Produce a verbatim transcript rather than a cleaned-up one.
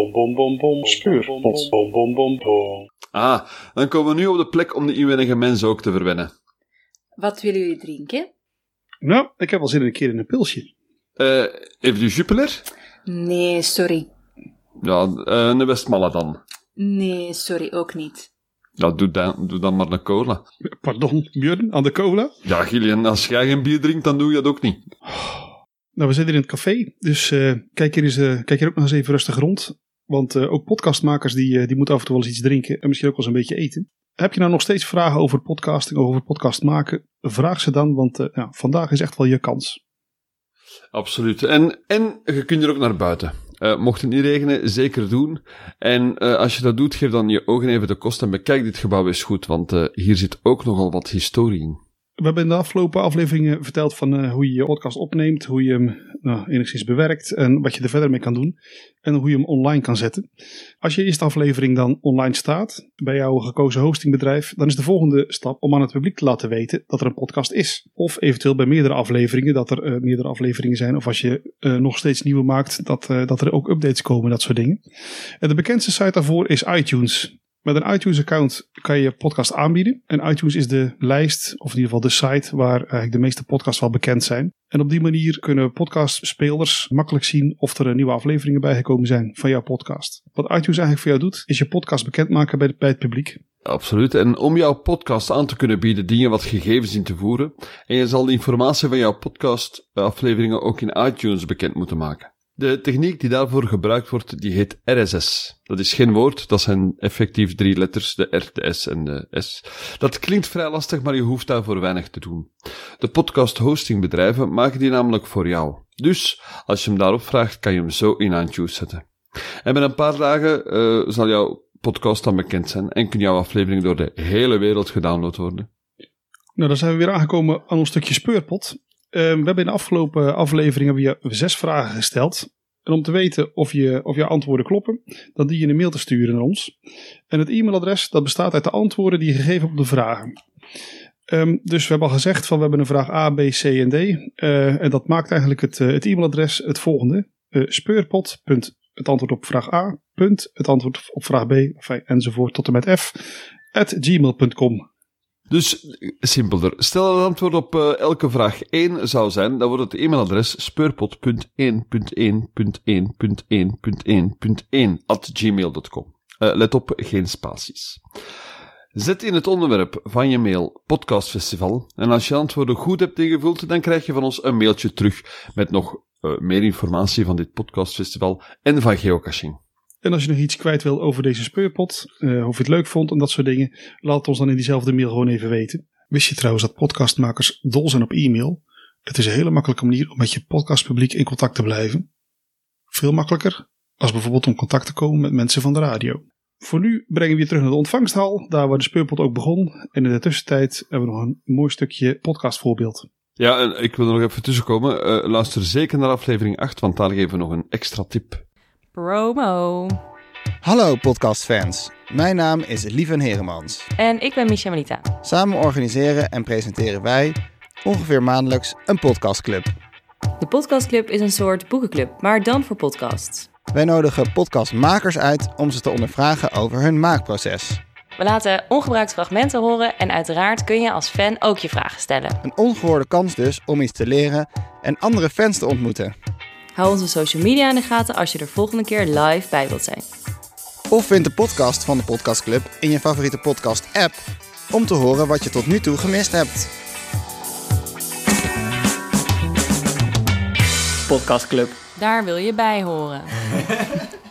Bom, bom, bom, bom. Speurpot. Bom, bom, bom, bom. Ah, dan komen we nu op de plek om de inwendige mensen ook te verwennen. Wat willen jullie drinken? Nou, ik heb wel zin in een keer in een pilsje. Uh, even de Jupiler? Nee, sorry. Ja, uh, een Westmalle dan. Nee, sorry, ook niet. Ja, doe dan, doe dan maar een cola. Pardon, Björn, aan de cola? Ja, Gillian, als jij geen bier drinkt, dan doe je dat ook niet. Nou, we zitten in het café, dus uh, kijk, hier eens, uh, kijk hier ook nog eens even rustig rond. Want uh, ook podcastmakers die, uh, die moeten af en toe wel eens iets drinken en misschien ook wel eens een beetje eten. Heb je nou nog steeds vragen over podcasting, over podcast maken? Vraag ze dan, want uh, ja, vandaag is echt wel je kans. Absoluut. En, en je kunt er ook naar buiten. Uh, mocht het niet regenen, zeker doen. En uh, als je dat doet, geef dan je ogen even de kost en bekijk dit gebouw eens goed, want uh, hier zit ook nogal wat historie in. We hebben in de afgelopen afleveringen verteld van uh, hoe je je podcast opneemt, hoe je hem nou, enigszins bewerkt en wat je er verder mee kan doen. En hoe je hem online kan zetten. Als je eerste aflevering dan online staat bij jouw gekozen hostingbedrijf, dan is de volgende stap om aan het publiek te laten weten dat er een podcast is. Of eventueel bij meerdere afleveringen, dat er uh, meerdere afleveringen zijn. Of als je uh, nog steeds nieuwe maakt, dat, uh, dat er ook updates komen, dat soort dingen. En de bekendste site daarvoor is iTunes. Met een iTunes-account kan je je podcast aanbieden. En iTunes is de lijst, of in ieder geval de site, waar eigenlijk de meeste podcasts wel bekend zijn. En op die manier kunnen podcastspelers makkelijk zien of er nieuwe afleveringen bijgekomen zijn van jouw podcast. Wat iTunes eigenlijk voor jou doet, is je podcast bekendmaken bij, bij het publiek. Absoluut. En om jouw podcast aan te kunnen bieden, dien je wat gegevens in te voeren. En je zal de informatie van jouw podcastafleveringen ook in iTunes bekend moeten maken. De techniek die daarvoor gebruikt wordt, die heet R S S. Dat is geen woord, dat zijn effectief drie letters, de R, de S en de S. Dat klinkt vrij lastig, maar je hoeft daarvoor weinig te doen. De podcast hostingbedrijven maken die namelijk voor jou. Dus, als je hem daarop vraagt, kan je hem zo in iTunes zetten. En binnen een paar dagen uh, zal jouw podcast dan bekend zijn en kun jouw aflevering door de hele wereld gedownload worden. Nou, dan zijn we weer aangekomen aan ons stukje speurpot. Uh, we hebben in de afgelopen aflevering hebben we zes vragen gesteld. En om te weten of je, of je antwoorden kloppen, dan dien je een mail te sturen naar ons. En het e-mailadres dat bestaat uit de antwoorden die je gegeven hebt op de vragen. Um, dus we hebben al gezegd van we hebben een vraag A, B, C en D. Uh, en dat maakt eigenlijk het, uh, het e-mailadres het volgende. Uh, speurpot. Het antwoord op vraag A. Punt, het antwoord op vraag B. Enfin, enzovoort tot en met F. at gmail punt com. Dus, simpeler. Stel dat het antwoord op uh, elke vraag één zou zijn, dan wordt het e-mailadres speurpot punt één punt één punt één punt één punt één punt één at gmail punt com. Uh, let op, geen spaties. Zet in het onderwerp van je mail podcastfestival en als je antwoorden goed hebt ingevuld, dan krijg je van ons een mailtje terug met nog uh, meer informatie van dit podcastfestival en van geocaching. En als je nog iets kwijt wil over deze speurpot, uh, of je het leuk vond en dat soort dingen, laat het ons dan in diezelfde mail gewoon even weten. Wist je trouwens dat podcastmakers dol zijn op e-mail? Het is een hele makkelijke manier om met je podcastpubliek in contact te blijven. Veel makkelijker als bijvoorbeeld om contact te komen met mensen van de radio. Voor nu brengen we je terug naar de ontvangsthal, daar waar de speurpot ook begon. En in de tussentijd hebben we nog een mooi stukje podcastvoorbeeld. Ja, en ik wil er nog even tussenkomen. Uh, luister zeker naar aflevering acht, want daar geven we nog een extra tip. Promo. Hallo podcastfans, mijn naam is Lieven Heremans. En ik ben Misha Melita. Samen organiseren en presenteren wij ongeveer maandelijks een podcastclub. De podcastclub is een soort boekenclub, maar dan voor podcasts. Wij nodigen podcastmakers uit om ze te ondervragen over hun maakproces. We laten ongebruikte fragmenten horen en uiteraard kun je als fan ook je vragen stellen. Een ongehoorde kans dus om iets te leren en andere fans te ontmoeten. Hou onze social media in de gaten als je er volgende keer live bij wilt zijn. Of vind de podcast van de podcastclub in je favoriete podcast-app om te horen wat je tot nu toe gemist hebt. Podcastclub. Daar wil je bij horen.